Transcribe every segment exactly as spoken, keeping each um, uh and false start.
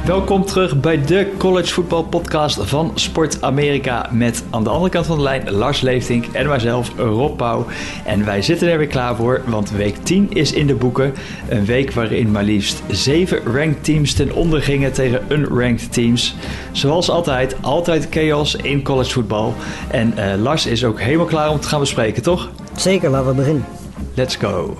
Welkom terug bij de College Football Podcast van Sport Amerika met aan de andere kant van de lijn Lars Leeftink en mijzelf Rob Pauw. En wij zitten er weer klaar voor, want week tien is in de boeken. Een week waarin maar liefst zeven ranked teams ten onder gingen tegen unranked teams. Zoals altijd, altijd chaos in college football. En uh, Lars is ook helemaal klaar om te gaan bespreken, toch? Zeker, laten we beginnen. Let's go.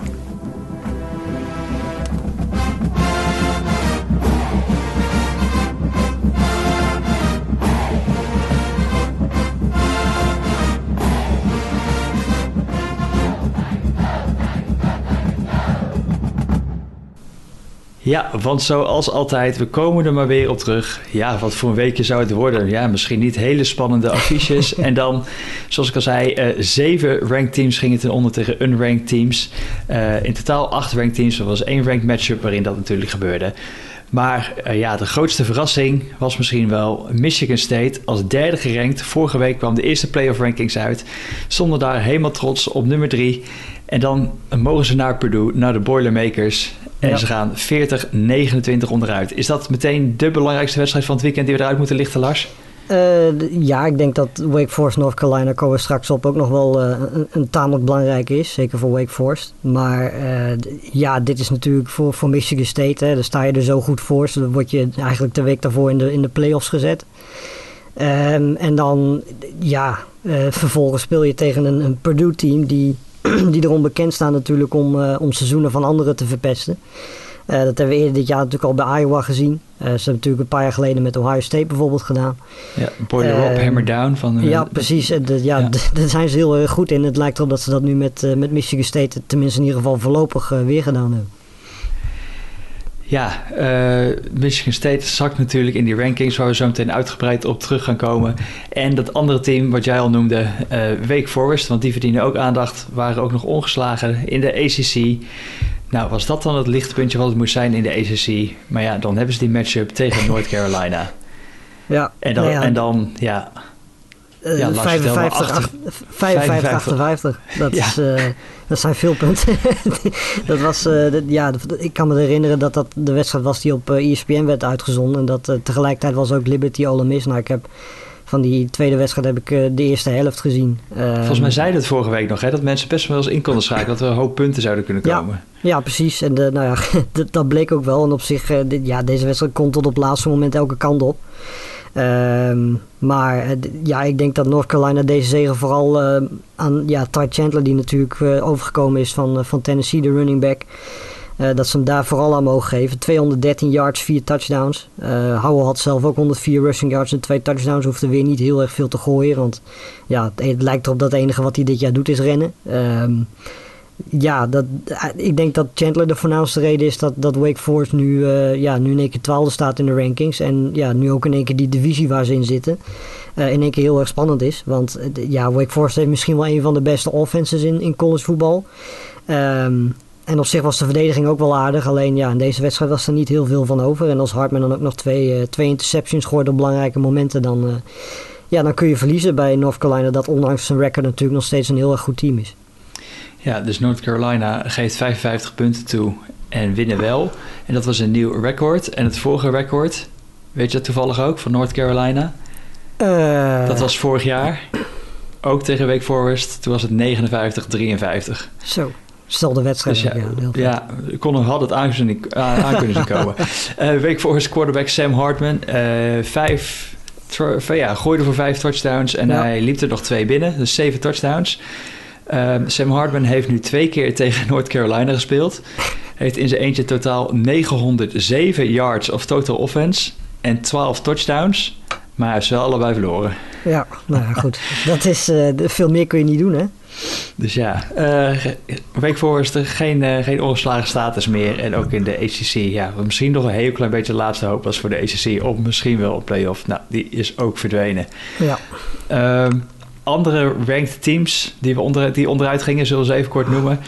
Ja, want zoals altijd, we komen er maar weer op terug. Ja, wat voor een weekje zou het worden? Ja, misschien niet hele spannende affiches. En dan, zoals ik al zei, uh, zeven ranked teams gingen ten onder tegen unranked teams. Uh, in totaal acht ranked teams. Er was één ranked matchup waarin dat natuurlijk gebeurde. Maar uh, ja, de grootste verrassing was misschien wel Michigan State als derde gerankt. Vorige week kwam de eerste playoff rankings uit. Stonden daar helemaal trots op nummer drie. En dan mogen ze naar Purdue, naar de Boilermakers. En ja. Ze gaan veertig negenentwintig onderuit. Is dat meteen de belangrijkste wedstrijd van het weekend die we eruit moeten lichten, Lars? Uh, ja, ik denk dat Wake Forest, North Carolina, komen we straks op, ook nog wel uh, een, een tamelijk belangrijk is. Zeker voor Wake Forest. Maar uh, ja, dit is natuurlijk voor, voor Michigan State. Hè. Daar sta je er zo goed voor. Dus dan word je eigenlijk de week daarvoor in de, in de playoffs gezet. Um, en dan, ja, uh, vervolgens speel je tegen een, een Purdue-team die... die erom bekend staan natuurlijk om, uh, om seizoenen van anderen te verpesten. Uh, dat hebben we eerder dit jaar natuurlijk al bij Iowa gezien. Uh, ze hebben natuurlijk een paar jaar geleden met Ohio State bijvoorbeeld gedaan. Ja, Boiler uh, Rob, Hammer Down. Van, uh, ja, precies. De, ja, ja. D- daar zijn ze heel erg goed in. Het lijkt erop dat ze dat nu met, uh, met Michigan State tenminste in ieder geval voorlopig uh, weer gedaan hebben. Ja, uh, Michigan State zakt natuurlijk in die rankings waar we zo meteen uitgebreid op terug gaan komen. En dat andere team wat jij al noemde, uh, Wake Forest, want die verdienen ook aandacht, waren ook nog ongeslagen in de A C C. Nou, was dat dan het lichtpuntje wat het moest zijn in de A C C? Maar ja, dan hebben ze die matchup tegen North Carolina. Ja, en dan, nou ja. En dan ja... Uh, ja, vijfenvijftig, vijfenvijftig, achtenvijftig. Dat, ja. is, uh, dat zijn veel punten. dat was, uh, dat, ja, ik kan me herinneren dat dat de wedstrijd was die op uh, E S P N werd uitgezonden. En dat uh, tegelijkertijd was ook Liberty Ole Miss. Nou, ik heb van die tweede wedstrijd heb ik uh, de eerste helft gezien. Uh, Volgens mij zeiden het vorige week nog, hè, dat mensen best wel eens in konden schakelen. Dat er een hoop punten zouden kunnen komen. Ja, ja precies. En de, nou ja, dat, dat bleek ook wel. En op zich, uh, dit, ja, deze wedstrijd kon tot op het laatste moment elke kant op. Um, maar ja, ik denk dat North Carolina deze zege vooral uh, aan ja, Ty Chandler, die natuurlijk uh, overgekomen is van, uh, van Tennessee, de running back, uh, dat ze hem daar vooral aan mogen geven. tweehonderddertien yards, vier touchdowns. Uh, Howell had zelf ook honderdvier rushing yards en twee touchdowns. Hoefde weer niet heel erg veel te gooien, want ja, het, het lijkt erop dat het enige wat hij dit jaar doet is rennen. Um, Ja, dat, ik denk dat Chandler de voornaamste reden is dat, dat Wake Forest nu, uh, ja, nu in één keer twaalfde staat in de rankings. En ja, nu ook in één keer die divisie waar ze in zitten uh, in één keer heel erg spannend is. Want uh, ja, Wake Forest heeft misschien wel een van de beste offenses in, in college voetbal. Um, en op zich was de verdediging ook wel aardig. Alleen ja, in deze wedstrijd was er niet heel veel van over. En als Hartman dan ook nog twee, uh, twee interceptions gooit op belangrijke momenten, dan, uh, ja, dan kun je verliezen bij North Carolina. Dat ondanks zijn record natuurlijk nog steeds een heel erg goed team is. Ja, dus North Carolina geeft vijfenvijftig punten toe en winnen wel. En dat was een nieuw record. En het vorige record, weet je dat toevallig ook, van North Carolina? Uh, dat was vorig jaar. Ook tegen Wake Forest. Toen was het negenenvijftig drieënvijftig. Zo, stel de wedstrijd. Dus ja, ja, ja kon, had het aan, aan, aan kunnen zien komen. Uh, Wake Forest quarterback Sam Hartman. Uh, vijf, tr- ja, gooide voor vijf touchdowns en ja. Hij liep er nog twee binnen. Dus zeven touchdowns. Um, Sam Hartman heeft nu twee keer tegen North Carolina gespeeld. Heeft in zijn eentje totaal negenhonderdzeven yards of total offense en twaalf touchdowns. Maar hij heeft ze wel allebei verloren. Ja, nou ja, goed. Dat is, uh, veel meer kun je niet doen, hè? Dus ja, uh, Wake Forest geen, uh, geen ongeslagen status meer. En ook in de A C C, ja, misschien nog een heel klein beetje de laatste hoop was voor de A C C. Of misschien wel een play-off. Nou, die is ook verdwenen. Ja. Um, Andere ranked teams die, we onder, die onderuit gingen, zullen we ze even kort noemen.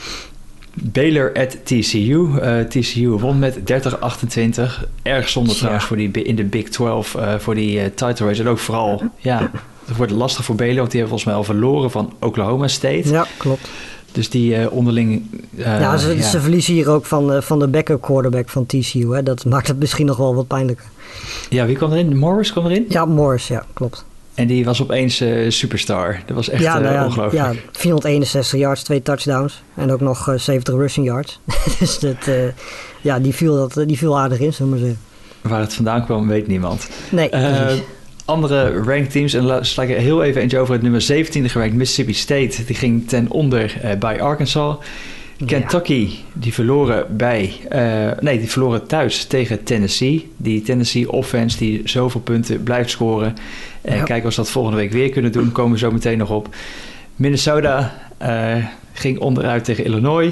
Baylor at T C U. Uh, T C U won met dertig achtentwintig. Erg zonde ja. trouwens voor die, in de Big twaalf uh, voor die uh, title race. En ook vooral, ja, het wordt lastig voor Baylor, want die hebben volgens mij al verloren van Oklahoma State. Ja, klopt. Dus die uh, onderling... Uh, ja, ze, ja, ze verliezen hier ook van, uh, van de backup quarterback van T C U. Hè? Dat maakt het misschien nog wel wat pijnlijker. Ja, wie kwam erin? Morris kwam erin? Ja, Morris, ja, klopt. En die was opeens uh, superstar. Dat was echt ja, nou ja, uh, ongelooflijk. Ja, vierhonderdeenenzestig yards, twee touchdowns. En ook nog uh, zeventig rushing yards. dus dat, uh, ja, die viel, dat, die viel aardig in, zullen we maar zeggen. Waar het vandaan kwam, weet niemand. Nee, uh, andere ranked teams, en la, sla ik er heel even eentje over. Het nummer zeventiende gerankt, Mississippi State. Die ging ten onder uh, bij Arkansas. Kentucky, ja. die verloren bij... Uh, nee, die verloren thuis tegen Tennessee. Die Tennessee offense die zoveel punten blijft scoren. En ja. kijken of ze dat volgende week weer kunnen doen. Komen we zo meteen nog op. Minnesota uh, ging onderuit tegen Illinois.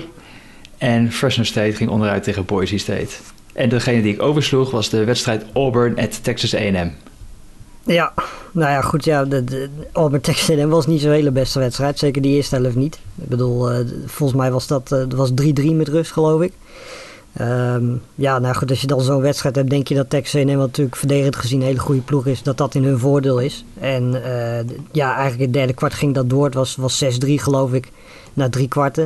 En Fresno State ging onderuit tegen Boise State. En degene die ik oversloeg was de wedstrijd Auburn at Texas A en M. Ja, nou ja, goed, ja, de, de Auburn Texas A en M was niet zo'n hele beste wedstrijd. Zeker die eerste helft niet. Ik bedoel, uh, volgens mij was dat, uh, dat was drie drie met rust, geloof ik. Um, ja, nou goed, als je dan zo'n wedstrijd hebt, denk je dat Texas A en M, wat natuurlijk verdedigend gezien een hele goede ploeg is, dat dat in hun voordeel is. En uh, ja, eigenlijk het derde kwart ging dat door. Het was, was zes drie, geloof ik, na drie kwarten.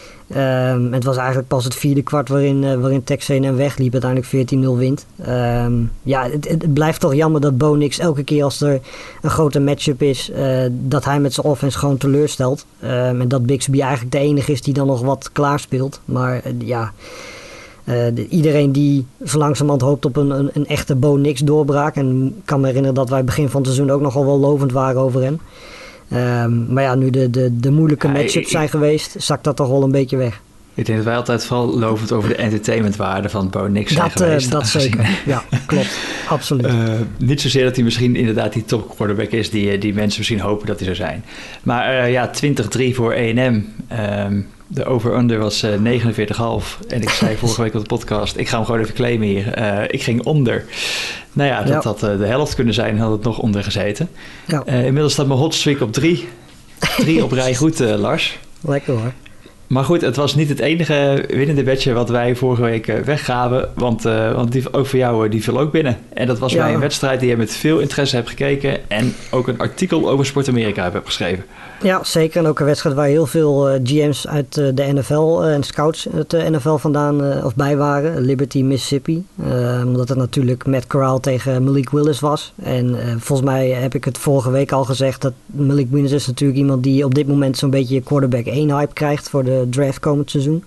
Um, het was eigenlijk pas het vierde kwart waarin, uh, waarin Texas A en M wegliep. Uiteindelijk veertien nul wint. Um, ja, het, het blijft toch jammer dat Bo Nix elke keer als er een grote matchup is, uh, dat hij met zijn offense gewoon teleurstelt. Um, en dat Bixby eigenlijk de enige is die dan nog wat klaarspeelt. Maar uh, ja, uh, de, iedereen die zo langzamerhand hoopt op een, een, een echte Bo Nix doorbraak. En ik kan me herinneren dat wij begin van het seizoen ook nogal wel lovend waren over hem. Um, maar ja, nu de, de, de moeilijke ja, matchups zijn geweest, zakt dat toch wel een beetje weg. Ik denk dat wij altijd vooral lovend over de entertainmentwaarde van Bo Nix zijn dat, geweest. Uh, dat zeker, ja, klopt. Absoluut. Uh, niet zozeer dat hij misschien inderdaad die top quarterback is die, die mensen misschien hopen dat hij zou zijn. Maar uh, ja, twintig drie voor A en M. Um, de over-under was uh, negenenveertig komma vijf. En ik zei vorige week op de podcast, ik ga hem gewoon even claimen hier. Uh, ik ging onder. Nou ja, dat had ja. uh, de helft kunnen zijn, had het nog onder gezeten. Ja. Uh, inmiddels staat mijn hot streak op drie. Drie op rij goed, uh, Lars. Lekker hoor. Maar goed, het was niet het enige winnende bedje wat wij vorige week uh, weggaven. Want, uh, want die, ook voor jou, uh, die viel ook binnen. En dat was ja. bij een wedstrijd die je met veel interesse hebt gekeken. En ook een artikel over Sport Amerika hebt geschreven. Ja, zeker. En ook een wedstrijd waar heel veel uh, G M's uit uh, de N F L uh, en scouts uit de N F L vandaan uh, of bij waren. Liberty, Mississippi. Uh, omdat het natuurlijk Matt Corral tegen Malik Willis was. En uh, volgens mij heb ik het vorige week al gezegd dat Malik Willis is natuurlijk iemand die op dit moment zo'n beetje quarterback één hype krijgt voor de draft komend seizoen.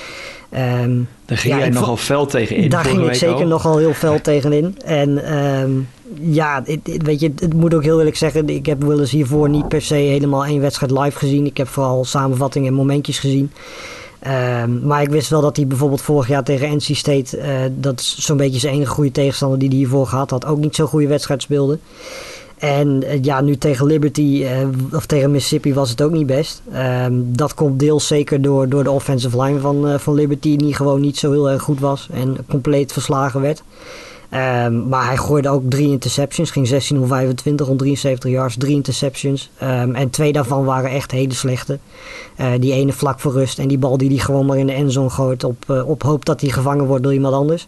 Um, daar ging ja, jij nogal fel tegenin. Daar ging ik zeker al. nogal heel fel tegenin. En um, ja, het, het, weet je, het moet ook heel eerlijk zeggen, ik heb Willis hiervoor niet per se helemaal één wedstrijd live gezien. Ik heb vooral samenvattingen en momentjes gezien. Um, maar ik wist wel dat hij bijvoorbeeld vorig jaar tegen N C State, uh, dat is zo'n beetje zijn enige goede tegenstander die hij hiervoor gehad had, ook niet zo'n goede wedstrijd speelde. En uh, ja, nu tegen Liberty uh, of tegen Mississippi was het ook niet best. Um, dat komt deels zeker door, door de offensive line van, uh, van Liberty, die gewoon niet zo heel erg goed was en compleet verslagen werd. Um, maar hij gooide ook drie interceptions, ging zestien voor vijfentwintig, honderddrieënzeventig yards, drie interceptions. Um, en twee daarvan waren echt hele slechte. Uh, die ene vlak voor rust en die bal die hij gewoon maar in de endzone gooit op, uh, op hoop dat hij gevangen wordt door iemand anders.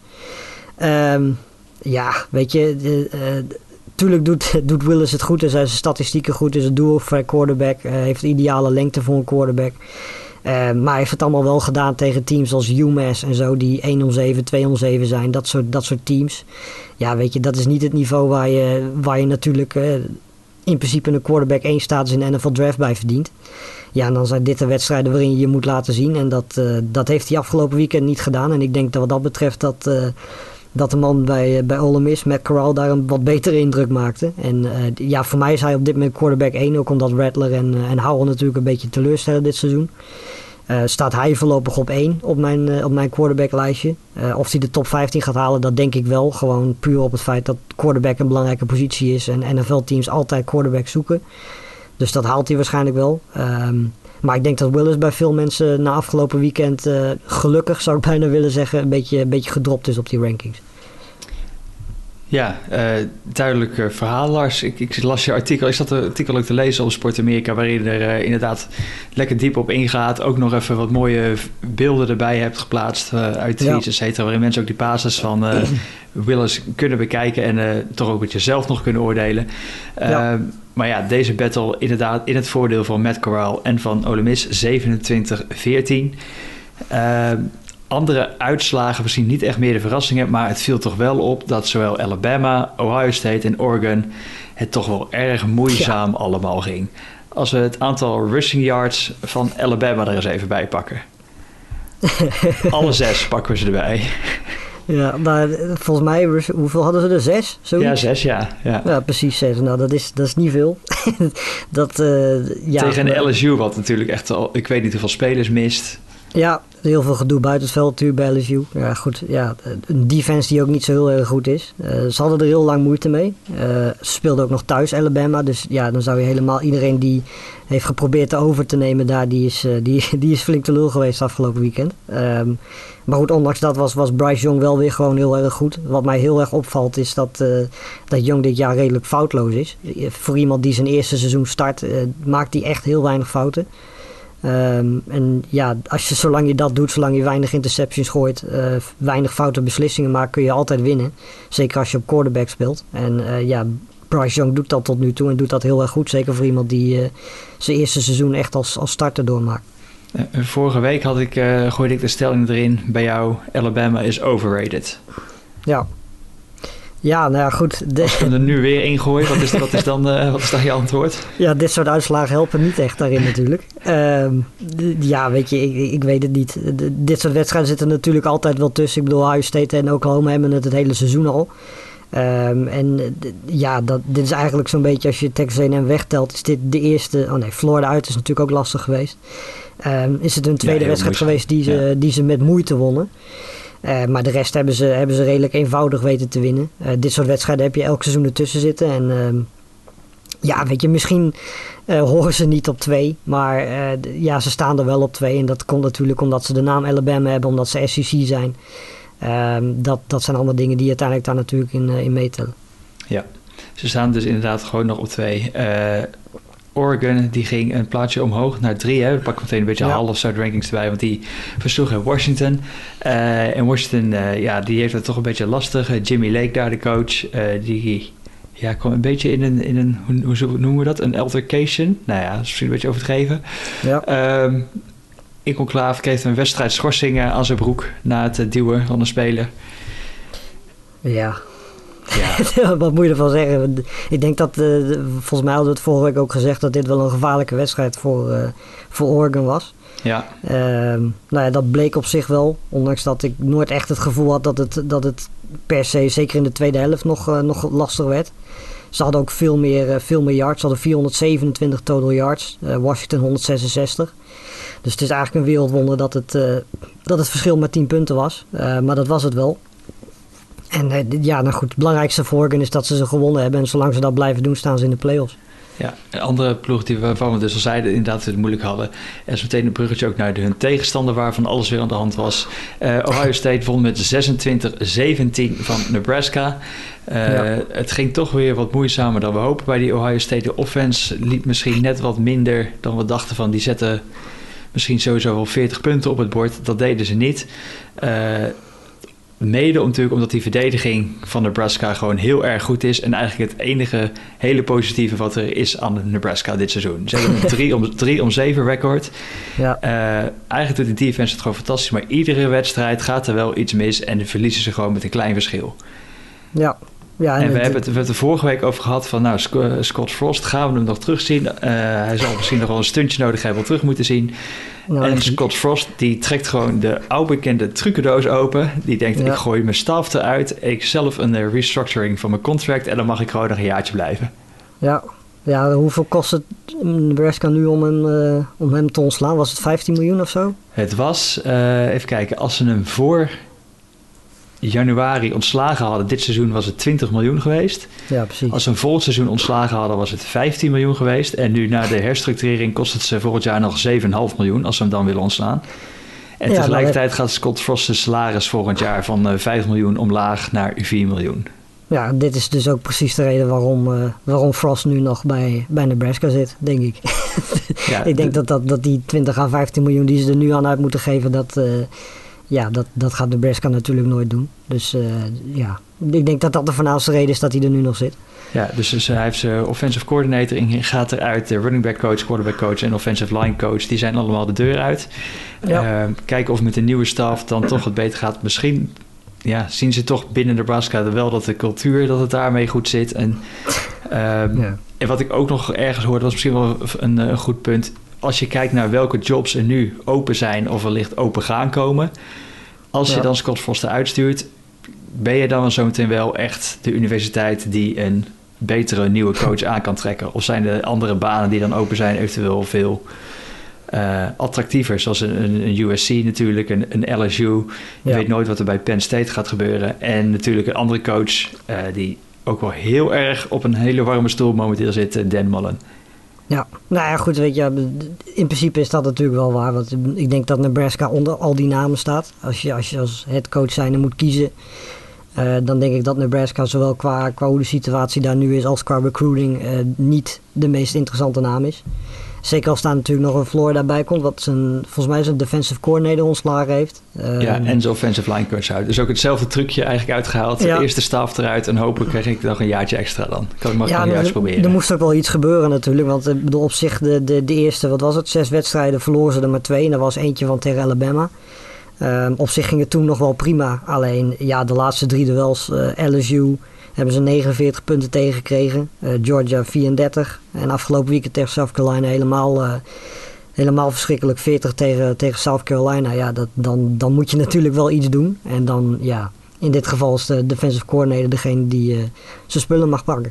Um, ja, weet je... De, uh, Tuurlijk doet, doet Willis het goed en zijn statistieken goed. Is een dual threat quarterback. Uh, heeft de ideale lengte voor een quarterback. Uh, maar hij heeft het allemaal wel gedaan tegen teams als UMass en zo. Die één om zeven, twee om zeven zijn. Dat soort, dat soort teams. Ja, weet je, dat is niet het niveau waar je, waar je natuurlijk uh, in principe een quarterback één status in de N F L draft bij verdient. Ja, en dan zijn dit de wedstrijden waarin je je moet laten zien. En dat, uh, dat heeft hij afgelopen weekend niet gedaan. En ik denk dat wat dat betreft dat... Uh, dat de man bij, bij Ole Miss, Matt Corral, daar een wat betere indruk maakte. En uh, ja, voor mij is hij op dit moment quarterback één. Ook omdat Rattler en, uh, en Howell natuurlijk een beetje teleurstellen dit seizoen. Uh, staat hij voorlopig op één op mijn, uh, op mijn quarterbacklijstje. Uh, of hij de top vijftien gaat halen, dat denk ik wel. Gewoon puur op het feit dat quarterback een belangrijke positie is. En N F L-teams altijd quarterback zoeken. Dus dat haalt hij waarschijnlijk wel. Um, Maar ik denk dat Willis bij veel mensen na afgelopen weekend uh, gelukkig, zou ik bijna willen zeggen, een beetje, een beetje gedropt is op die rankings. Ja, uh, duidelijk uh, verhaal, Lars. Ik, ik las je artikel. Ik zat een artikel ook te lezen op Sport Amerika, waarin je er uh, inderdaad lekker diep op ingaat. Ook nog even wat mooie beelden erbij hebt geplaatst uh, uit tweets, ja. et cetera, waarin mensen ook die basis van uh, Willis kunnen bekijken en uh, toch ook met jezelf nog kunnen oordelen. Uh, ja. Maar ja, deze battle inderdaad in het voordeel van Matt Corral en van Ole Miss, zevenentwintig veertien. Uh, Andere uitslagen, misschien niet echt meer de verrassingen, maar het viel toch wel op dat zowel Alabama, Ohio State en Oregon het toch wel erg moeizaam ja. allemaal ging. Als we het aantal rushing yards van Alabama er eens even bij pakken. Alle zes pakken we ze erbij. Ja, maar volgens mij, hoeveel hadden ze er? Zes? Zoiets? Ja, zes, ja. Ja, ja precies zes. Nou, dat is, dat is niet veel. dat, uh, ja, Tegen een L S U, wat natuurlijk echt al, ik weet niet hoeveel spelers mist. Ja, heel veel gedoe buiten het veld natuurlijk bij L S U. Ja, goed. Ja, een defense die ook niet zo heel erg goed is. Uh, ze hadden er heel lang moeite mee. Uh, ze speelden ook nog thuis Alabama. Dus ja, dan zou je helemaal iedereen die heeft geprobeerd te over te nemen daar, die is, uh, die, die is flink teleur geweest afgelopen weekend. Um, maar goed, ondanks dat was, was Bryce Young wel weer gewoon heel erg goed. Wat mij heel erg opvalt is dat, uh, dat Young dit jaar redelijk foutloos is. Voor iemand die zijn eerste seizoen start, uh, maakt hij echt heel weinig fouten. Um, en ja, als je, zolang je dat doet, zolang je weinig interceptions gooit, uh, weinig foute beslissingen maakt, kun je altijd winnen. Zeker als je op quarterback speelt. En uh, ja, Bryce Young doet dat tot nu toe en doet dat heel erg goed. Zeker voor iemand die uh, zijn eerste seizoen echt als, als starter doormaakt. Uh, vorige week had ik, uh, gooide ik de stelling erin bij jou, Alabama is overrated. Ja. Ja, nou ja, goed. De... Als we er nu weer ingooien, wat is, wat is, dan, uh, wat is dan je antwoord? Ja, dit soort uitslagen helpen niet echt daarin natuurlijk. Um, d- ja, weet je, ik, ik weet het niet. D- dit soort wedstrijden zitten natuurlijk altijd wel tussen. Ik bedoel, Ohio State en Oklahoma hebben het het hele seizoen al. Um, en d- ja, dat, dit is eigenlijk zo'n beetje, als je Texas A en M wegtelt, is dit de eerste... Oh nee, Florida uit is natuurlijk ook lastig geweest. Um, is het een tweede ja, wedstrijd moeizaam. geweest die ze, ja. die ze met moeite wonnen. Uh, maar de rest hebben ze, hebben ze redelijk eenvoudig weten te winnen. Uh, dit soort wedstrijden heb je elk seizoen ertussen zitten. En uh, ja, weet je, misschien uh, horen ze niet op twee. Maar uh, d- ja, ze staan er wel op twee. En dat komt natuurlijk omdat ze de naam Alabama hebben, omdat ze S E C zijn. Uh, dat, dat zijn allemaal dingen die uiteindelijk daar natuurlijk in, uh, in meetellen. Ja, ze staan dus inderdaad gewoon nog op twee. Uh, Oregon, die ging een plaatsje omhoog naar drie. Hè. We pakken meteen een beetje ja. half start rankings erbij, want die versloegen Washington. Uh, en Washington, uh, ja, die heeft het toch een beetje lastig. Uh, Jimmy Lake daar, de coach, uh, die ja, kwam een beetje in een, in een hoe, hoe noemen we dat? Een altercation. Nou ja, dat is misschien een beetje overdreven. Ja. Um, in conclave kreeg een wedstrijd schorsing uh, aan zijn broek na het uh, duwen van een speler. Ja. Ja. Wat moet je ervan zeggen? Ik denk dat, uh, volgens mij hadden we het vorige week ook gezegd, dat dit wel een gevaarlijke wedstrijd voor, uh, voor Oregon was. Ja. Uh, nou ja, dat bleek op zich wel. Ondanks dat ik nooit echt het gevoel had dat het, dat het per se, zeker in de tweede helft, nog, uh, nog lastig werd. Ze hadden ook veel meer, uh, veel meer yards. Ze hadden vierhonderdzevenentwintig total yards. Uh, Washington honderdzesenzestig. Dus het is eigenlijk een wereldwonder dat het, uh, dat het verschil maar tien punten was. Uh, maar dat was het wel. En uh, ja, nou goed, het belangrijkste voor Oregon is dat ze ze gewonnen hebben. En zolang ze dat blijven doen, staan ze in de play-offs. Ja, een andere ploeg die we, waarvan we dus al zeiden, inderdaad het moeilijk hadden. En is meteen een bruggetje ook naar de, hun tegenstander, waarvan alles weer aan de hand was. Uh, Ohio State won met zesentwintig zeventien van Nebraska. Uh, ja. Het ging toch weer wat moeizamer dan we hopen bij die Ohio State. De offense liep misschien net wat minder dan we dachten van. Die zetten misschien sowieso wel veertig punten op het bord. Dat deden ze niet. Uh, Mede om, natuurlijk omdat die verdediging van Nebraska gewoon heel erg goed is. En eigenlijk het enige hele positieve wat er is aan Nebraska dit seizoen. Ze hebben een drie om, drie om zeven record. Ja. Uh, eigenlijk doet de defense het gewoon fantastisch. Maar iedere wedstrijd gaat er wel iets mis. En dan verliezen ze gewoon met een klein verschil. Ja. Ja, en en we, het, hebben het, we hebben het er vorige week over gehad van, nou, Scott Frost, gaan we hem nog terugzien? Uh, hij zal misschien nog wel een stuntje nodig hebben om terug moeten zien. Nou, en Scott Frost, die trekt gewoon de oude bekende trucendoos open. Die denkt, ja. ik gooi mijn staf eruit, ik zelf een uh, restructuring van mijn contract en dan mag ik gewoon nog een jaartje blijven. Ja, ja, hoeveel kost het Nebraska nu om hem, uh, om hem te ontslaan? Was het vijftien miljoen of zo? Het was, uh, even kijken, als ze hem voor januari ontslagen hadden, dit seizoen was het twintig miljoen geweest. Ja, precies. Als ze een volgend seizoen ontslagen hadden, was het vijftien miljoen geweest. En nu na de herstructurering kost het ze volgend jaar nog zeven komma vijf miljoen als ze hem dan willen ontslaan. En ja, tegelijkertijd heb... gaat Scott Frost's salaris volgend jaar van uh, vijf miljoen omlaag naar vier miljoen. ja, dit is dus ook precies de reden waarom, uh, waarom Frost nu nog bij, bij Nebraska zit, denk ik. Ja, ik denk de... dat, dat, dat die twintig à vijftien miljoen die ze er nu aan uit moeten geven, dat, uh, ja, dat, dat gaat Nebraska natuurlijk nooit doen. Dus uh, ja, ik denk dat dat de voornaamste reden is dat hij er nu nog zit. Ja, dus, dus hij heeft zijn offensive coordinator in, gaat eruit. De running back coach, quarterback coach en offensive line coach, die zijn allemaal de deur uit. Ja. Uh, kijken of met de nieuwe staf dan toch wat beter gaat. Misschien ja, zien ze toch binnen Nebraska wel dat de cultuur, dat het daarmee goed zit. En, uh, ja. en wat ik ook nog ergens hoorde, was misschien wel een, een goed punt. Als je kijkt naar welke jobs er nu open zijn of wellicht open gaan komen. Als ja. je dan Scott Frost eruit stuurt, ben je dan zometeen wel echt de universiteit die een betere nieuwe coach aan kan trekken? Of zijn de andere banen die dan open zijn eventueel veel uh, attractiever? Zoals een, een U S C natuurlijk, een, een L S U. Je ja. weet nooit wat er bij Penn State gaat gebeuren. En natuurlijk een andere coach uh, die ook wel heel erg op een hele warme stoel momenteel zit, Dan Mullen. Ja, nou ja, goed, weet je, in principe is dat natuurlijk wel waar. Want ik denk dat Nebraska onder al die namen staat. Als je als, je als headcoach zijnde moet kiezen, uh, dan denk ik dat Nebraska zowel qua, qua hoe de situatie daar nu is als qua recruiting uh, niet de meest interessante naam is. Zeker als daar natuurlijk nog een Florida bij komt, wat zijn, volgens mij zijn defensive coordinator ontslagen heeft. Uh, ja, en zijn offensive line coach uit. Dus ook hetzelfde trucje eigenlijk uitgehaald. Ja. De eerste staf eruit en hopelijk krijg ik nog een jaartje extra dan. Kan ik maar ja, juist proberen. Er moest ook wel iets gebeuren natuurlijk, want ik bedoel, op zich de, de, de eerste, wat was het, zes wedstrijden verloren ze er maar twee. En er was eentje van tegen Alabama. Uh, op zich ging het toen nog wel prima. Alleen ja, de laatste drie duels, uh, L S U hebben ze negenenveertig punten tegengekregen. Uh, Georgia vierendertig. En afgelopen weekend tegen South Carolina helemaal, uh, helemaal verschrikkelijk. veertig tegen, tegen South Carolina. Ja, dat, dan, dan moet je natuurlijk wel iets doen. En dan, ja, in dit geval is de defensive coordinator degene die uh, zijn spullen mag pakken.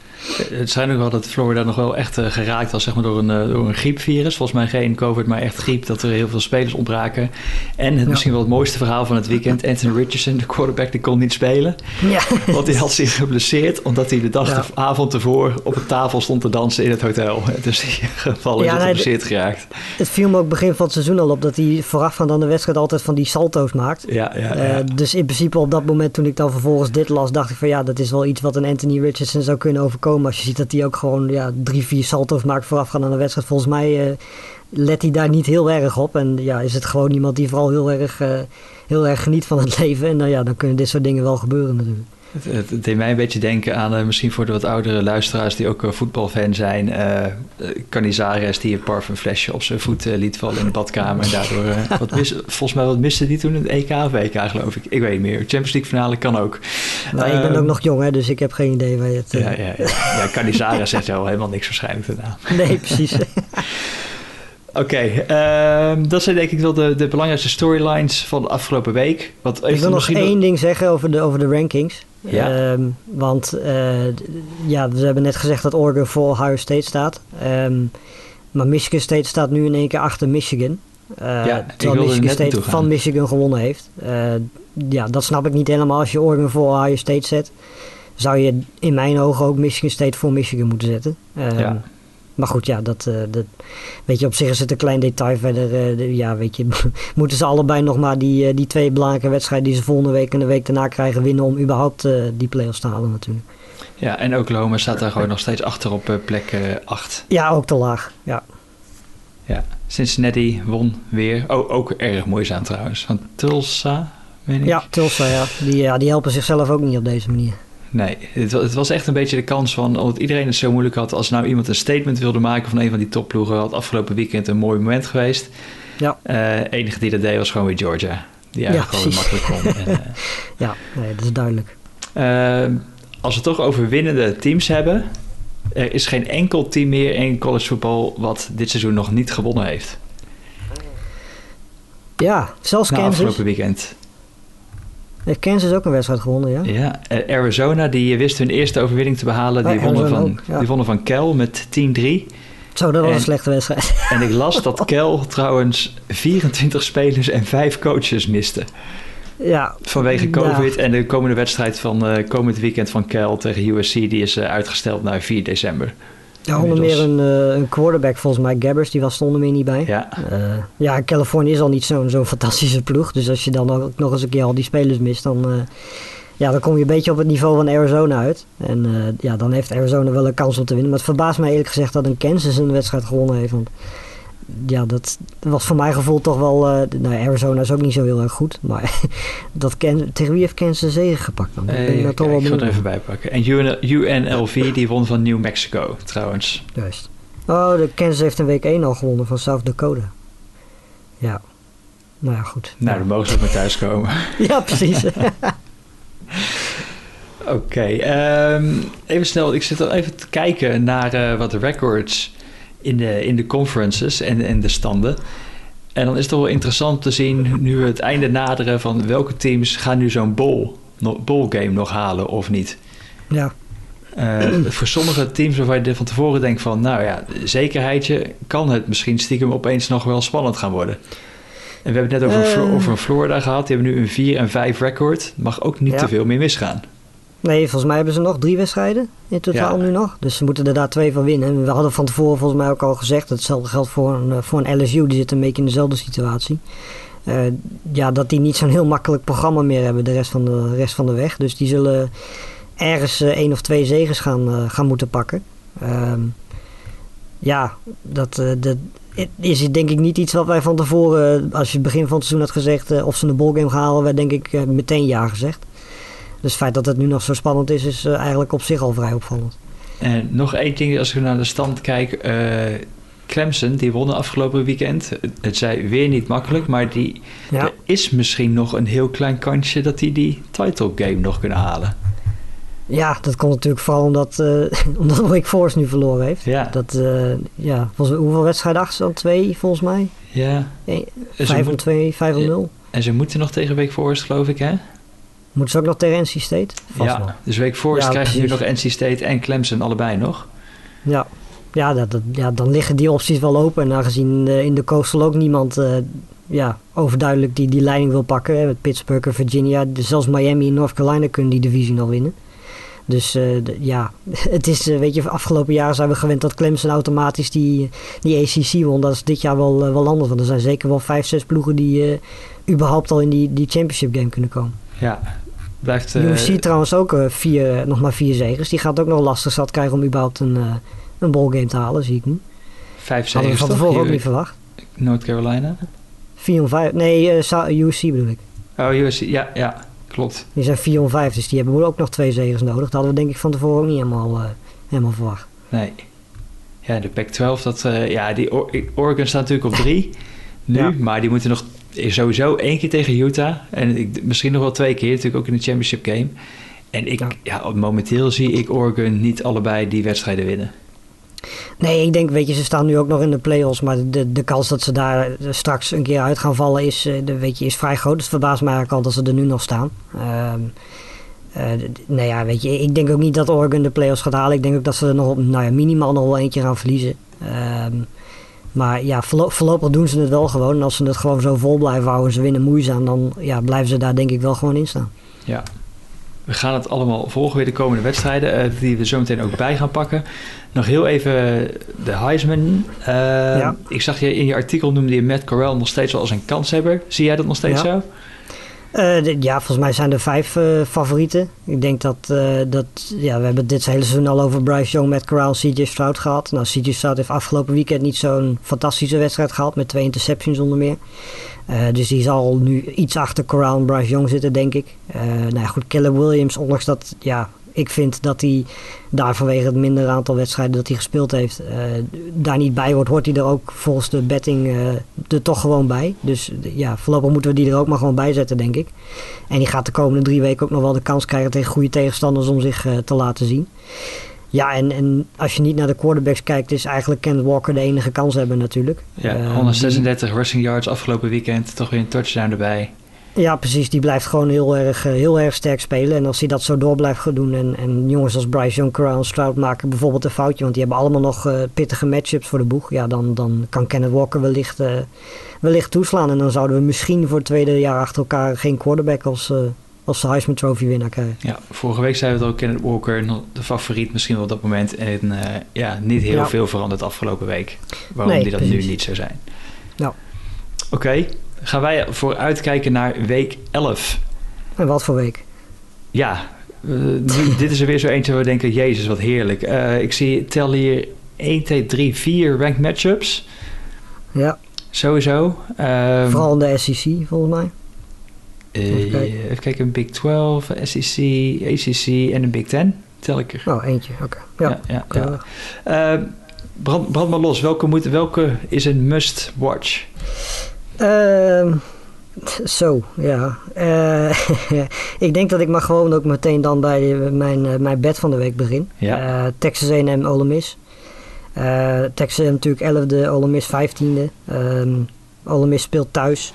Het schijnt ook wel dat Florida nog wel echt uh, geraakt was zeg maar, door, een, uh, door een griepvirus. Volgens mij geen COVID, maar echt griep. Dat er heel veel spelers ontbraken. En het ja. misschien wel het mooiste verhaal van het weekend. Anthony Richardson, de quarterback, die kon niet spelen. Ja. Want hij had zich geblesseerd. Omdat hij de dag ja. de avond ervoor op een tafel stond te dansen in het hotel. Dus die gevallen is ja, nee, geblesseerd geraakt. Het viel me ook begin van het seizoen al op. Dat hij voorafgaand aan de wedstrijd altijd van die salto's maakt. Ja, ja, ja. Uh, dus in principe op dat moment toen ik dan vervolgens dit las. Dacht ik van ja, dat is wel iets wat een Anthony Richardson zou kunnen overkomen. Als je ziet dat hij ook gewoon ja, drie, vier salto's maakt voorafgaand aan de wedstrijd. Volgens mij uh, let hij daar niet heel erg op. En ja, is het gewoon iemand die vooral heel erg, uh, heel erg geniet van het leven. En uh, ja, dan kunnen dit soort dingen wel gebeuren natuurlijk. Het, het, het deed mij een beetje denken aan, uh, misschien voor de wat oudere luisteraars die ook uh, voetbalfan zijn. Uh, Canizares die een parfumflesje op zijn voet uh, liet vallen in de badkamer. En daardoor, uh, wat mis, volgens mij wat miste die toen in het E K of W K geloof ik. Ik weet niet meer. Champions League finale kan ook. Nou, uh, ik ben ook nog jong hè, dus ik heb geen idee waar je het... Uh... Ja, ja, ja. ja Canizares zegt jou helemaal niks waarschijnlijk daarna. Nee, precies. Oké, okay, uh, dat zijn denk ik wel de, de belangrijkste storylines van de afgelopen week. Wat ik wil nog één nog... ding zeggen over de, over de rankings. Ja. Um, want uh, ja, we hebben net gezegd dat Oregon voor Ohio State staat. Um, maar Michigan State staat nu in één keer achter Michigan. Uh, ja, terwijl Michigan State van Michigan gewonnen heeft. Uh, ja, dat snap ik niet helemaal. Als je Oregon voor Ohio State zet, zou je in mijn ogen ook Michigan State voor Michigan moeten zetten. Um, ja. Maar goed, ja, dat, uh, dat, weet je, op zich is het een klein detail. Verder, uh, de, ja, weet je, moeten ze allebei nog maar die, uh, die twee belangrijke wedstrijden die ze volgende week en de week daarna krijgen winnen om überhaupt uh, die play-offs te halen natuurlijk. Ja, en Oklahoma staat daar gewoon nog steeds achter op uh, plek uh, acht. Ja, ook te laag, ja. Ja, Cincinnati won weer. Oh, ook erg moeizaam trouwens. Van Tulsa, weet ik. Ja, Tulsa, ja. Die, ja. die helpen zichzelf ook niet op deze manier. Nee, het, het was echt een beetje de kans van... omdat iedereen het zo moeilijk had... als nou iemand een statement wilde maken van een van die topploegen... had afgelopen weekend een mooi moment geweest. Ja. Uh, enige die dat deed was gewoon weer Georgia. Die eigenlijk ja, gewoon makkelijk kon. En, uh, ja, nee, dat is duidelijk. Uh, als we het toch over winnende teams hebben... er is geen enkel team meer in college football... wat dit seizoen nog niet gewonnen heeft. Ja, zelfs nou, Kansas. Afgelopen weekend... Heeft Kansas ook een wedstrijd gewonnen, ja? Ja, Arizona, die wist hun eerste overwinning te behalen. Die, ja, wonnen, van, ook, ja. die wonnen van Cal met tien drie. Zo, dat was en, een slechte wedstrijd. En ik las dat Cal trouwens vierentwintig spelers en vijf coaches miste. Ja. Vanwege COVID. Ja. En de komende wedstrijd van uh, komend weekend van Cal tegen U S C... die is uh, uitgesteld naar vier december. Ja, onder meer een, uh, een quarterback volgens mij, Gabbers, die was er onder meer niet bij. Ja, uh, ja Californië is al niet zo'n zo'n fantastische ploeg. Dus als je dan ook nog eens een keer al die spelers mist, dan, uh, ja, dan kom je een beetje op het niveau van Arizona uit. En uh, ja, dan heeft Arizona wel een kans om te winnen. Maar het verbaast mij eerlijk gezegd dat een Kansas een wedstrijd gewonnen heeft. Want ja, dat was voor mijn gevoel toch wel... Uh, nou, Arizona is ook niet zo heel erg goed. Maar dat Ken, tegen wie heeft Kansas de zege gepakt dan? Uh, ben ik, ik toch wel ik ga het er even bij pakken. En U N L V die won van New Mexico trouwens. Juist. Oh, de Kansas heeft in week één al gewonnen van South Dakota. Ja. Nou ja, goed. Nou, ja. dan mogen ze ook maar thuiskomen. Ja, precies. Oké, okay, um, even snel. Ik zit al even te kijken naar uh, wat records in de, in de conferences en, en de standen. En dan is het toch wel interessant te zien, nu we het einde naderen, van welke teams gaan nu zo'n bowl, no, bowl game nog halen of niet. Ja. Uh, voor sommige teams waarvan je van tevoren denkt van, nou ja, zekerheidje, kan het misschien stiekem opeens nog wel spannend gaan worden. En we hebben het net over, uh, over Florida gehad. Die hebben nu een vier en vijf record. Mag ook niet ja. te veel meer misgaan. Nee, volgens mij hebben ze nog drie wedstrijden in totaal ja. nu nog. Dus ze moeten er daar twee van winnen. En we hadden van tevoren volgens mij ook al gezegd... hetzelfde geldt voor een, voor een L S U. Die zit een beetje in dezelfde situatie. Uh, ja, dat die niet zo'n heel makkelijk programma meer hebben... de rest van de, rest van de weg. Dus die zullen ergens uh, één of twee zeges gaan, uh, gaan moeten pakken. Uh, ja, dat... Uh, dat is het denk ik niet iets wat wij van tevoren... als je het begin van het seizoen had gezegd... Uh, of ze een ballgame gaan halen... werd denk ik uh, meteen ja gezegd. Dus het feit dat het nu nog zo spannend is... is uh, eigenlijk op zich al vrij opvallend. En nog één ding als ik naar de stand kijk... Uh, Clemson, die wonnen afgelopen weekend. Het zei weer niet makkelijk... maar die, ja. er is misschien nog een heel klein kansje... dat die die title game nog kunnen halen. Ja, dat komt natuurlijk vooral omdat, uh, omdat Wake Forest nu verloren heeft. Ja. Dat, uh, ja, volgens, hoeveel wedstrijden achter dan? Twee, volgens mij? Ja. vijf om twee, vijf om nul. En ze moeten nog tegen Wake Forest, geloof ik, hè? Moeten ze ook nog tegen N C State? Vast ja, nog. Dus Wake Forest ja, krijgt nu nog N C State en Clemson allebei nog. Ja, ja, dat, dat, ja dan liggen die opties wel open. En aangezien uh, in de Coastal ook niemand uh, ja, overduidelijk die, die leiding wil pakken... Hè, met Pittsburgh en Virginia, dus zelfs Miami en North Carolina kunnen die divisie nog winnen. Dus uh, de, ja, het is, uh, weet je, afgelopen jaren zijn we gewend dat Clemson automatisch die, die A C C won. Dat is dit jaar wel, uh, wel anders, want er zijn zeker wel vijf, zes ploegen die uh, überhaupt al in die, die championship game kunnen komen. Ja, blijft... Uh, U S C trouwens ook uh, vier, nog maar vier zegers. Die gaat ook nog lastig zat krijgen om überhaupt een, uh, een ballgame te halen, zie ik nu. Vijf zegers, hadden we van tevoren ook niet verwacht. North Carolina? Vier om vijf, nee, uh, U S C bedoel ik. Oh, U S C, ja, ja. Klopt. Die zijn vier om vijf, dus die hebben ook nog twee zegers nodig. Dat hadden we denk ik van tevoren ook niet helemaal, uh, helemaal verwacht. Nee. Ja, de Pac twaalf, dat, uh, ja, die Or- Oregon staat natuurlijk op drie nu. Ja. Maar die moeten nog sowieso één keer tegen Utah. En ik, misschien nog wel twee keer, natuurlijk ook in de championship game. En ik, ja. Ja, momenteel zie ik Oregon niet allebei die wedstrijden winnen. Nee, ik denk, weet je, ze staan nu ook nog in de play-offs, maar de, de kans dat ze daar straks een keer uit gaan vallen is, de, weet je, is vrij groot. Dus het verbaast mij eigenlijk al dat ze er nu nog staan. Um, uh, nou ja, weet je, ik denk ook niet dat Oregon de play-offs gaat halen. Ik denk ook dat ze er nog op, nou ja, minimaal nog wel eentje gaan verliezen. Um, maar ja, voorlo- voorlopig doen ze het wel gewoon. En als ze het gewoon zo vol blijven houden en ze winnen moeizaam, dan ja, blijven ze daar denk ik wel gewoon in staan. Ja. We gaan het allemaal volgen weer de komende wedstrijden, uh, die we zo meteen ook bij gaan pakken. Nog heel even de Heisman. Uh, ja. Ik zag je in je artikel noemde je Matt Corral nog steeds wel als een kanshebber. Zie jij dat nog steeds ja. zo? Uh, de, ja, volgens mij zijn er vijf uh, favorieten. Ik denk dat, uh, dat ja, we hebben dit hele seizoen al over Bryce Young, Matt Corral en C J Stroud gehad. Nou, C J Stroud heeft afgelopen weekend niet zo'n fantastische wedstrijd gehad met twee interceptions onder meer. Uh, dus die zal nu iets achter Corral en Bryce Young zitten, denk ik. Uh, nou ja, goed, Caleb Williams, ondanks dat, ja, ik vind dat hij daar vanwege het minder aantal wedstrijden dat hij gespeeld heeft, uh, daar niet bij wordt, hoort hij er ook volgens de betting uh, er toch gewoon bij. Dus ja, voorlopig moeten we die er ook maar gewoon bij zetten, denk ik. En die gaat de komende drie weken ook nog wel de kans krijgen tegen goede tegenstanders om zich uh, te laten zien. Ja, en, en als je niet naar de quarterbacks kijkt, is eigenlijk Kenneth Walker de enige kans hebben natuurlijk. Ja, uh, honderdzesendertig die, rushing yards afgelopen weekend, toch weer een touchdown erbij. Ja, precies. Die blijft gewoon heel erg, heel erg sterk spelen. En als hij dat zo door blijft doen en, en jongens als Bryce Young, Corral en Stroud maken bijvoorbeeld een foutje, want die hebben allemaal nog uh, pittige matchups voor de boeg. Ja, dan, dan kan Kenneth Walker wellicht, uh, wellicht toeslaan. En dan zouden we misschien voor het tweede jaar achter elkaar geen quarterback als, uh, als de Heisman Trophy winnaar krijgen. Ja, vorige week zeiden we het ook, Kenneth Walker de favoriet misschien wel op dat moment. En uh, ja, niet heel ja. veel veranderd afgelopen week. Waarom nee, die dat precies. nu niet zou zijn. Nou. Oké. Okay. Gaan wij vooruitkijken naar week elf. En wat voor week? ja, uh, dit is er weer zo eentje waar we denken, jezus, wat heerlijk. Uh, ik zie, tel hier één, twee, drie, vier ranked matchups. Ja. Sowieso. Um, Vooral in de S E C, volgens mij. Uh, even kijken. Even kijken, een Big twaalf, S E C, A C C en een Big ten. Tel ik er. Oh, eentje, oké. Okay. Ja, ja, ja, ja. Uh, brand, brand maar los. Welke, moet, welke is een must-watch? Uh, zo, ja. Uh, ik denk dat ik maar gewoon ook meteen dan bij mijn, uh, mijn bed van de week begin. Ja. Uh, Texas A en M, Ole Miss. Uh, Texas A en M natuurlijk elfde, Ole Miss vijftiende. Um, Ole Miss speelt thuis.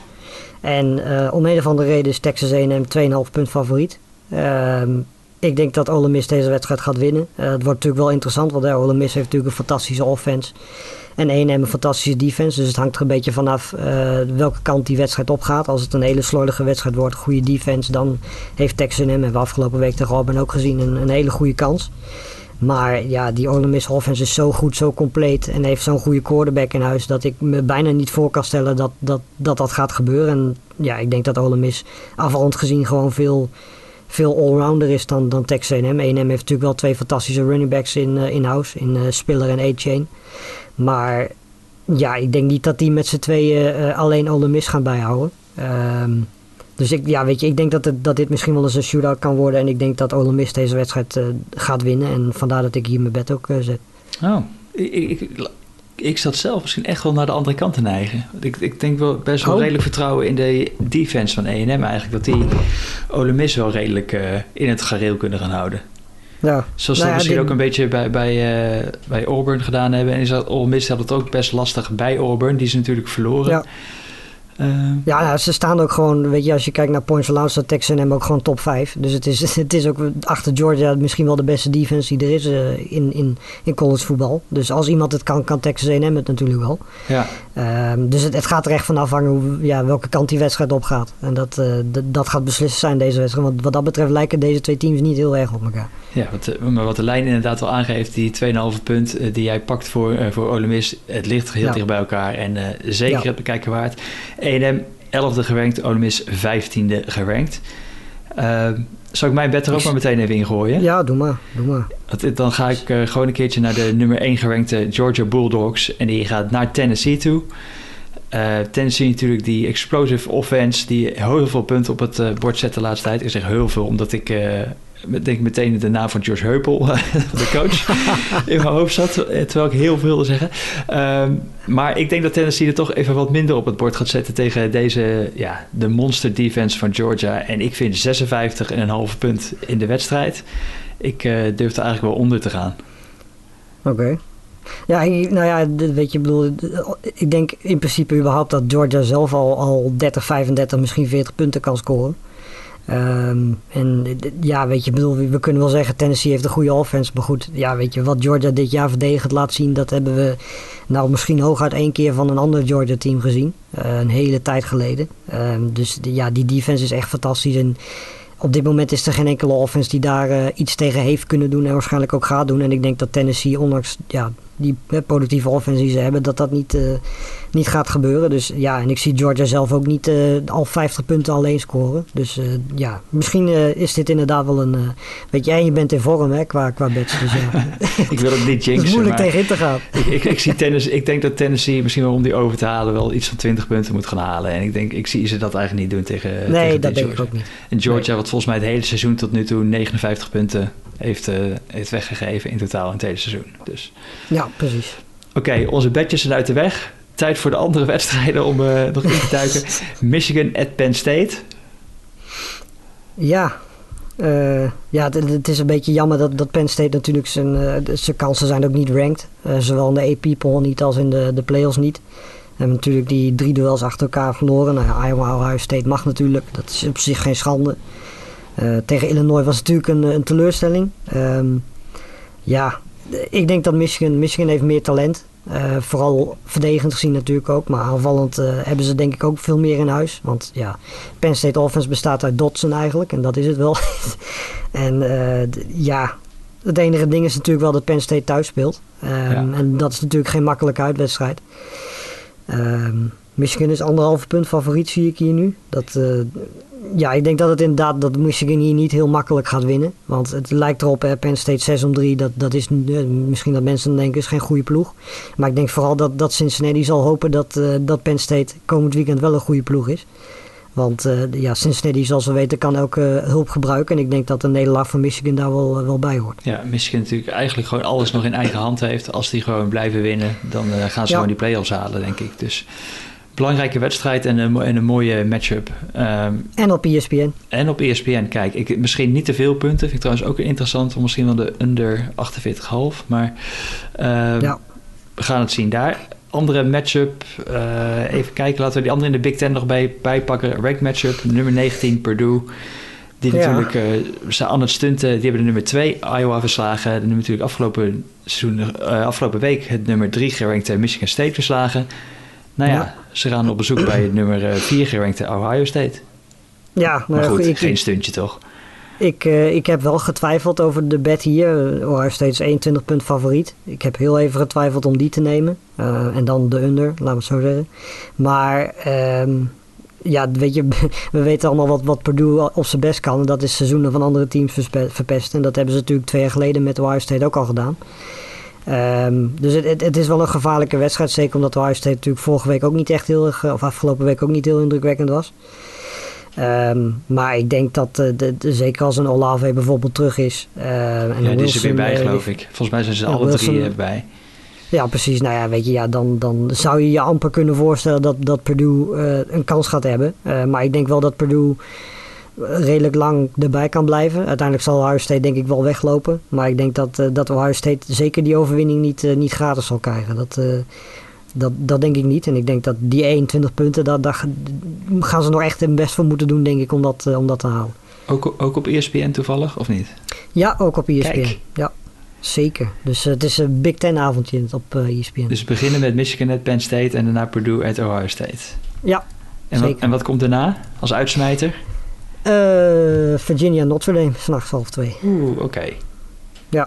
En uh, om een of andere reden is Texas A en M twee komma vijf punt favoriet. Uh, ik denk dat Ole Miss deze wedstrijd gaat winnen. Uh, het wordt natuurlijk wel interessant, want uh, Ole Miss heeft natuurlijk een fantastische offense. En A en M een fantastische defense. Dus het hangt er een beetje vanaf uh, welke kant die wedstrijd opgaat. Als het een hele slordige wedstrijd wordt, een goede defense, dan heeft Texas A en M, hebben we afgelopen week tegen Auburn ook gezien, een, een hele goede kans. Maar ja, die Ole Miss offense is zo goed, zo compleet en heeft zo'n goede quarterback in huis dat ik me bijna niet voor kan stellen dat dat, dat, dat gaat gebeuren. En ja, ik denk dat Ole Miss afrond gezien gewoon veel, veel allrounder is dan, dan Texas A en M. A en M heeft natuurlijk wel twee fantastische running backs in, uh, in house, in uh, Spiller en A-Chain. Maar ja, ik denk niet dat die met z'n tweeën uh, alleen Ole Miss gaan bijhouden. Um, Dus ik, ja, weet je, ik denk dat, het, dat dit misschien wel eens een shootout kan worden. En ik denk dat Ole Miss deze wedstrijd uh, gaat winnen. En vandaar dat ik hier mijn bed ook uh, zet. Oh, ik, ik, ik zat zelf misschien echt wel naar de andere kant te neigen. Ik, ik denk wel best wel oh. redelijk vertrouwen in de defense van A en M eigenlijk. Dat die Ole Miss wel redelijk uh, in het gareel kunnen gaan houden. Ja. Zoals nou ze ja, misschien die... ook een beetje bij, bij, uh, bij Auburn gedaan hebben. En is dat, Ole Miss had het ook best lastig bij Auburn. Die is natuurlijk verloren. Ja. Uh, ja, nou, ze staan ook gewoon, weet je, als je kijkt naar points allowed, staat Texas A en M ook gewoon top vijf. Dus het is, het is ook achter Georgia misschien wel de beste defense die er is uh, in, in, in college voetbal. Dus als iemand het kan, kan Texas A en M het natuurlijk wel. Ja. Uh, dus het, het gaat er echt van afhangen hoe, ja, welke kant die wedstrijd op gaat. En dat, uh, d- dat gaat beslissend zijn deze wedstrijd. Want wat dat betreft lijken deze twee teams niet heel erg op elkaar. Ja, wat, maar wat de lijn inderdaad wel aangeeft, die twee komma vijf punt uh, die jij pakt voor, uh, voor Ole Miss, het ligt heel ja. dicht bij elkaar. En uh, zeker ja. het bekijken waard. A en M elfde gerankt, Ole Miss vijftiende gerankt. Uh, zal ik mijn bed er ook maar meteen even ingooien? Ja, doe maar. Doe maar. Dan ga ik uh, gewoon een keertje naar de nummer één gerankte Georgia Bulldogs. En die gaat naar Tennessee toe. Uh, Tennessee natuurlijk die explosive offense die heel veel punten op het uh, bord zet de laatste tijd. Ik zeg heel veel omdat ik uh, denk meteen de naam van Josh Heupel, de coach, in mijn hoofd zat. Terwijl ik heel veel wilde zeggen. Um, maar ik denk dat Tennessee er toch even wat minder op het bord gaat zetten tegen deze, ja, de monster defense van Georgia. En ik vind zesenvijftig komma vijf punt in de wedstrijd. Ik uh, durf er eigenlijk wel onder te gaan. Oké. Okay. Ja, nou ja, weet je, bedoel, ik denk in principe überhaupt dat Georgia zelf al, al dertig, vijfendertig, misschien veertig punten kan scoren. Um, en ja, weet je, bedoel, we kunnen wel zeggen Tennessee heeft een goede offense, maar goed, ja, weet je, wat Georgia dit jaar verdedigend laat zien, dat hebben we nou misschien hooguit één keer van een ander Georgia team gezien, uh, een hele tijd geleden. Um, dus ja, die defense is echt fantastisch en op dit moment is er geen enkele offense die daar uh, iets tegen heeft kunnen doen en waarschijnlijk ook gaat doen. En ik denk dat Tennessee, ondanks ja, die uh, productieve offense die ze hebben, dat dat niet, uh, niet gaat gebeuren. Dus ja, en ik zie Georgia zelf ook niet uh, al vijftig punten alleen scoren. Dus uh, ja, misschien uh, is dit inderdaad wel een... Uh, weet jij, je bent in vorm hè, qua, qua bets. Dus, ja. Ik wil het niet jinxen. Het is moeilijk tegen in te gaan. Ik, ik, ik, zie Tennessee, ik denk dat Tennessee misschien wel om die over te halen wel iets van twintig punten moet gaan halen. En ik denk, ik zie ze dat eigenlijk niet doen tegen Nee, tegen dat denk Georgia. ik ook niet. En Georgia, nee. wat volgens mij het hele seizoen tot nu toe negenenvijftig punten heeft, uh, heeft weggegeven in totaal in het hele seizoen. Dus. Ja, precies. Oké, okay, onze bedjes zijn uit de weg. Tijd voor de andere wedstrijden om uh, nog in te duiken. Michigan at Penn State. Ja, uh, ja het, het is een beetje jammer dat, dat Penn State natuurlijk zijn, uh, zijn kansen zijn ook niet ranked. Uh, zowel in de A P-poll niet als in de, de playoffs niet. We hebben natuurlijk die drie duels achter elkaar verloren. Nou ja, Iowa, Ohio State mag natuurlijk. Dat is op zich geen schande. Uh, tegen Illinois was het natuurlijk een, een teleurstelling. Um, ja, ik denk dat Michigan, Michigan heeft meer talent. Uh, vooral verdedigend gezien natuurlijk ook. Maar aanvallend uh, hebben ze denk ik ook veel meer in huis. Want ja, Penn State offense bestaat uit Dotson eigenlijk. En dat is het wel. en uh, d- ja, het enige ding is natuurlijk wel dat Penn State thuis speelt. Um, ja. En dat is natuurlijk geen makkelijke uitwedstrijd. Um, Michigan is anderhalve punt favoriet zie ik hier nu. Dat, uh, Ja, ik denk dat het inderdaad dat Michigan hier niet heel makkelijk gaat winnen. Want het lijkt erop, hè, Penn State zes om drie, dat, dat is uh, misschien dat mensen denken, is geen goede ploeg. Maar ik denk vooral dat, dat Cincinnati zal hopen dat, uh, dat Penn State komend weekend wel een goede ploeg is. Want uh, ja, Cincinnati, zoals we weten, kan elke hulp gebruiken. En ik denk dat de nederlaag van Michigan daar wel, uh, wel bij hoort. Ja, Michigan natuurlijk eigenlijk gewoon alles nog in eigen hand heeft. Als die gewoon blijven winnen, dan uh, gaan ze ja. gewoon die play-offs halen, denk ik. Dus belangrijke wedstrijd en een, en een mooie matchup. Um, en op E S P N. En op E S P N. Kijk, ik, misschien niet te veel punten. Vind ik trouwens ook interessant. Of misschien wel de under achtenveertig komma vijf. Maar uh, ja. we gaan het zien daar. Andere matchup. Uh, even kijken. Laten we die andere in de Big Ten nog bij, bijpakken. Ranked matchup. Nummer negentien, Purdue. Die ja. natuurlijk uh, staan aan het stunten. Die hebben de nummer twee, Iowa, verslagen. De nummer natuurlijk afgelopen, seizoen, uh, afgelopen week het nummer drie gerankte Michigan State verslagen. Nou ja, ja, ze gaan op bezoek bij het nummer vier gerankte Ohio State. Ja, maar goed, ik, geen stuntje toch? Ik, uh, ik heb wel getwijfeld over de bet hier. Ohio State is eenentwintig punt favoriet. Ik heb heel even getwijfeld om die te nemen. Uh, en dan de under, laten we het zo zeggen. Maar um, ja, weet je, we weten allemaal wat, wat Purdue op zijn best kan. En dat is seizoenen van andere teams verpesten. En dat hebben ze natuurlijk twee jaar geleden met Ohio State ook al gedaan. Um, dus het, het, het is wel een gevaarlijke wedstrijd. Zeker omdat Ohio State natuurlijk vorige week ook niet echt heel erg, of afgelopen week ook niet heel indrukwekkend was. Um, maar ik denk dat uh, de, de, zeker als een Olave bijvoorbeeld terug is. Uh, en ja, die Wilson, is er weer bij, uh, geloof ik. Volgens mij zijn ze ja, alle Wilson, drie uh, bij. Ja, precies. Nou ja, weet je, ja, dan, dan zou je je amper kunnen voorstellen dat, dat Purdue uh, een kans gaat hebben. Uh, maar ik denk wel dat Purdue redelijk lang erbij kan blijven. Uiteindelijk zal Ohio State denk ik wel weglopen. Maar ik denk dat, uh, dat Ohio State zeker die overwinning niet, uh, niet gratis zal krijgen. Dat, uh, dat, dat denk ik niet. En ik denk dat die eenentwintig punten, daar, daar gaan ze nog echt hun best voor moeten doen, denk ik, om dat, uh, om dat te halen. Ook, ook op E S P N toevallig, of niet? Ja, ook op E S P N. Kijk. Ja, zeker. Dus uh, het is een Big Ten avondje op uh, E S P N. Dus we beginnen met Michigan at Penn State en daarna Purdue at Ohio State. Ja, en zeker. Wat, en wat komt daarna als uitsmijter? Uh, Virginia Notre Dame, s'nachts half twee. Oeh, oké. Okay. Ja.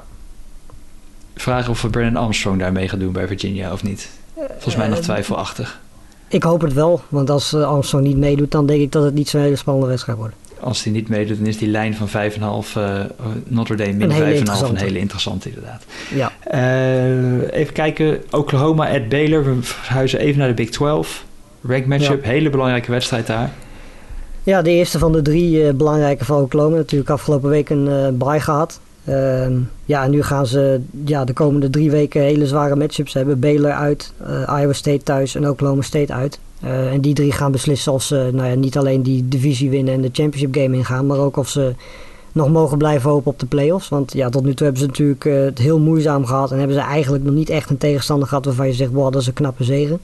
Vragen of we Brennan Armstrong daarmee gaan doen bij Virginia of niet. Volgens mij nog twijfelachtig. Ik hoop het wel, want als uh, Armstrong niet meedoet, dan denk ik dat het niet zo'n hele spannende wedstrijd wordt. Als hij niet meedoet, dan is die lijn van vijf komma vijf uh, Notre Dame min vijf komma vijf een hele interessante inderdaad. Ja. Uh, even kijken, Oklahoma at Baylor. We verhuizen even naar de Big twaalf. Ranked matchup, ja. Hele belangrijke wedstrijd daar. Ja, de eerste van de drie uh, belangrijke van Oklahoma. Natuurlijk afgelopen week een uh, bye gehad. Uh, ja, nu gaan ze ja, de komende drie weken hele zware matchups hebben. Baylor uit, uh, Iowa State thuis en Oklahoma State uit. Uh, en die drie gaan beslissen of ze nou ja, niet alleen die divisie winnen en de championship game ingaan, maar ook of ze nog mogen blijven hopen op de playoffs. Want ja, tot nu toe hebben ze natuurlijk uh, het heel moeizaam gehad en hebben ze eigenlijk nog niet echt een tegenstander gehad waarvan je zegt, wow, dat is een knappe zege.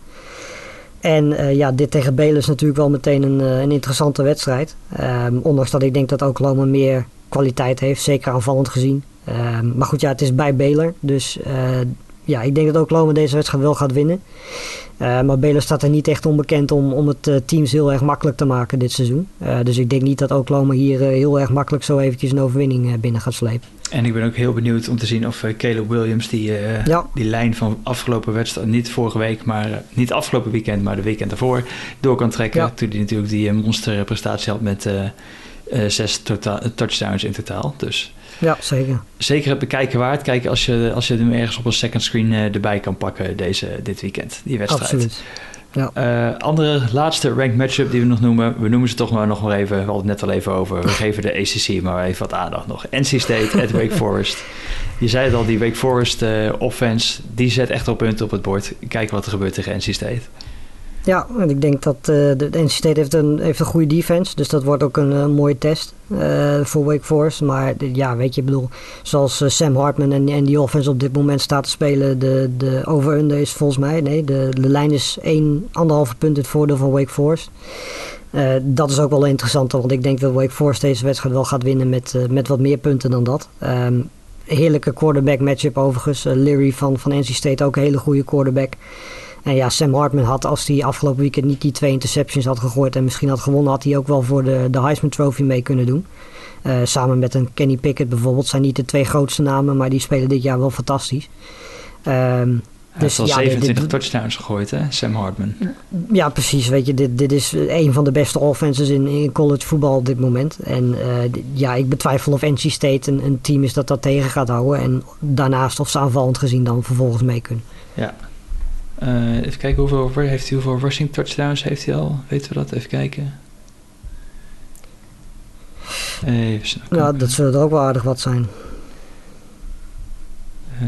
En uh, ja, dit tegen Baylor is natuurlijk wel meteen een, uh, een interessante wedstrijd. Um, ondanks dat ik denk dat Oklahoma meer kwaliteit heeft, zeker aanvallend gezien. Um, maar goed, ja, het is bij Baylor. Dus uh, ja, ik denk dat Oklahoma deze wedstrijd wel gaat winnen. Uh, maar Baylor staat er niet echt onbekend om, om het uh, teams heel erg makkelijk te maken dit seizoen. Uh, dus ik denk niet dat Oklahoma hier uh, heel erg makkelijk zo eventjes een overwinning uh, binnen gaat slepen. En ik ben ook heel benieuwd om te zien of uh, Caleb Williams die, uh, ja. die lijn van afgelopen wedstrijd, niet vorige week, maar uh, niet afgelopen weekend, maar de weekend daarvoor, door kan trekken. Ja. Toen hij natuurlijk die uh, monsterprestatie had met uh, uh, zes tota- touchdowns in totaal. Dus ja, zeker. Zeker het bekijken waard. Kijken als je, als je hem ergens op een second screen uh, erbij kan pakken deze, dit weekend, die wedstrijd. Absoluut. Ja. Uh, andere laatste ranked matchup die we nog noemen. We noemen ze toch maar nog maar even. We hadden het net al even over. We geven de A C C maar even wat aandacht nog. N C State at Wake Forest. Je zei het al, die Wake Forest uh, offense, die zet echt al punten op het bord. Kijken wat er gebeurt tegen N C State. Ja, en ik denk dat uh, de, de N C State heeft een, heeft een goede defense. Dus dat wordt ook een, een mooie test uh, voor Wake Forest. Maar de, ja, weet je, ik bedoel, zoals uh, Sam Hartman en, en die offense op dit moment staat te spelen. De, de over-under is volgens mij, nee, de, de lijn is één komma vijf punt het voordeel van Wake Forest. Uh, dat is ook wel interessant, want ik denk dat Wake Forest deze wedstrijd wel gaat winnen met, uh, met wat meer punten dan dat. Um, heerlijke quarterback matchup overigens. Uh, Leary van, van N C State ook een hele goede quarterback. En ja, Sam Hartman had, als hij afgelopen weekend niet die twee interceptions had gegooid en misschien had gewonnen, had hij ook wel voor de, de Heisman Trophy mee kunnen doen. Uh, samen met een Kenny Pickett bijvoorbeeld, zijn niet de twee grootste namen, maar die spelen dit jaar wel fantastisch. Um, Hij heeft al ja, zevenentwintig dit, touchdowns gegooid, hè, Sam Hartman. Ja, precies. Weet je, dit, dit is een van de beste offenses in, in college voetbal op dit moment. En uh, ja, ik betwijfel of N C State een, een team is dat dat tegen gaat houden. En daarnaast of ze aanvallend gezien dan vervolgens mee kunnen. Ja. Uh, even kijken, hoeveel, heeft hij, hoeveel rushing touchdowns heeft hij al? Weten we dat? Even kijken. Even snel. Ja, dat zullen er ook wel aardig wat zijn. Uh,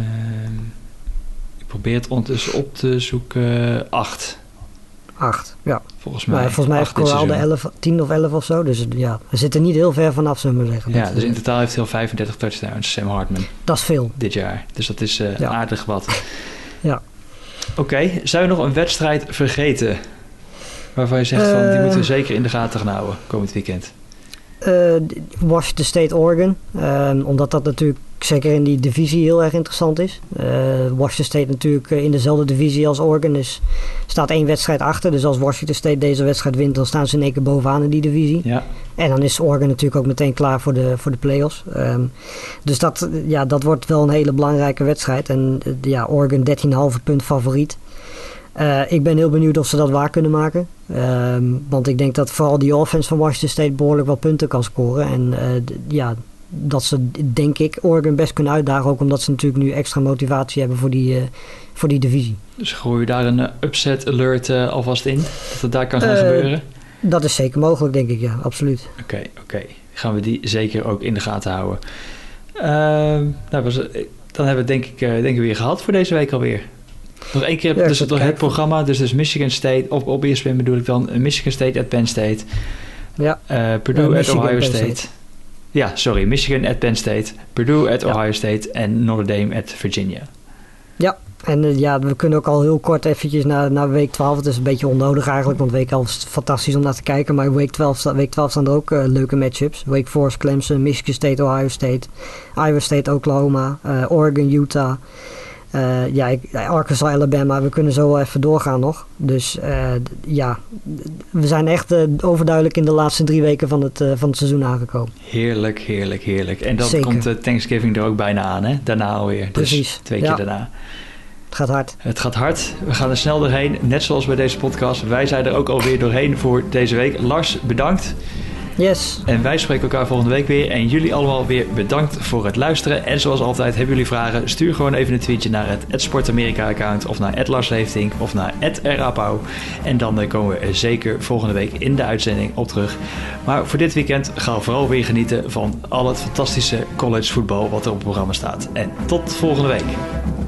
ik probeer het ondertussen op te zoeken. Acht. Acht, ja. Volgens mij. Maar volgens mij heeft Corral de elf, tien of elf of zo. Dus ja, we zitten niet heel ver vanaf, zullen we zeggen. Ja, dat, dus in totaal heeft hij al vijfendertig touchdowns, Sam Hartman. Dat is veel. Dit jaar. Dus dat is uh, ja. aardig wat. Ja. Oké, okay. Zijn we nog een wedstrijd vergeten? Waarvan je zegt, uh, van, die moeten we zeker in de gaten gaan houden komend weekend. Uh, Washington State, Oregon. Uh, omdat dat natuurlijk zeker in die divisie heel erg interessant is. Uh, Washington State natuurlijk in dezelfde divisie als Oregon is, staat één wedstrijd achter. Dus als Washington State deze wedstrijd wint, dan staan ze in één keer bovenaan in die divisie. Ja. En dan is Oregon natuurlijk ook meteen klaar voor de, voor de play-offs. Um, dus dat, ja, dat wordt wel een hele belangrijke wedstrijd. En uh, ja, Oregon dertien komma vijf punt favoriet. Uh, ik ben heel benieuwd of ze dat waar kunnen maken. Um, want ik denk dat vooral die offense van Washington State behoorlijk wat punten kan scoren. En uh, d- ja, dat ze, denk ik, Oregon best kunnen uitdagen. Ook omdat ze natuurlijk nu extra motivatie hebben voor die, uh, voor die divisie. Dus gooi je daar een uh, upset alert uh, alvast in? Dat het daar kan gaan uh, gebeuren? Dat is zeker mogelijk, denk ik, ja. Absoluut. Oké, okay, oké. Okay. Gaan we die zeker ook in de gaten houden. Uh, nou, was, dan hebben we het denk ik, uh, denk ik weer gehad voor deze week alweer. Nog één keer, ja, dus door het programma, dus, dus Michigan State, op, op E S P N bedoel ik dan, Michigan State at Penn State, ja. uh, Purdue uh, at Ohio Penn State. State. Ja, sorry, Michigan at Penn State, Purdue at ja. Ohio State en Notre Dame at Virginia. Ja, en uh, ja, we kunnen ook al heel kort eventjes naar, naar week twaalf, het is een beetje onnodig eigenlijk, want week elf is fantastisch om naar te kijken, maar week twaalf, week twaalf staan er ook uh, leuke matchups. Wake Forest, Clemson, Michigan State, Ohio State, Iowa State, Oklahoma, uh, Oregon, Utah. Uh, ja, ik, Arkansas, Alabama, we kunnen zo wel even doorgaan nog. Dus uh, ja, we zijn echt uh, overduidelijk in de laatste drie weken van het, uh, van het seizoen aangekomen. Heerlijk, heerlijk, heerlijk. En dan Zeker. komt uh, Thanksgiving er ook bijna aan, hè? Daarna alweer. Precies. Dus twee keer ja. daarna. Het gaat hard. Het gaat hard. We gaan er snel doorheen, net zoals bij deze podcast. Wij zijn er ook alweer doorheen voor deze week. Lars, bedankt. Yes. En wij spreken elkaar volgende week weer. En jullie allemaal weer bedankt voor het luisteren. En zoals altijd, hebben jullie vragen? Stuur gewoon even een tweetje naar het at sportamerika account of naar at Lars Leeftink of naar at R A Pauw. En dan komen we zeker volgende week in de uitzending op terug. Maar voor dit weekend ga vooral weer genieten van al het fantastische college voetbal wat er op het programma staat. En tot volgende week.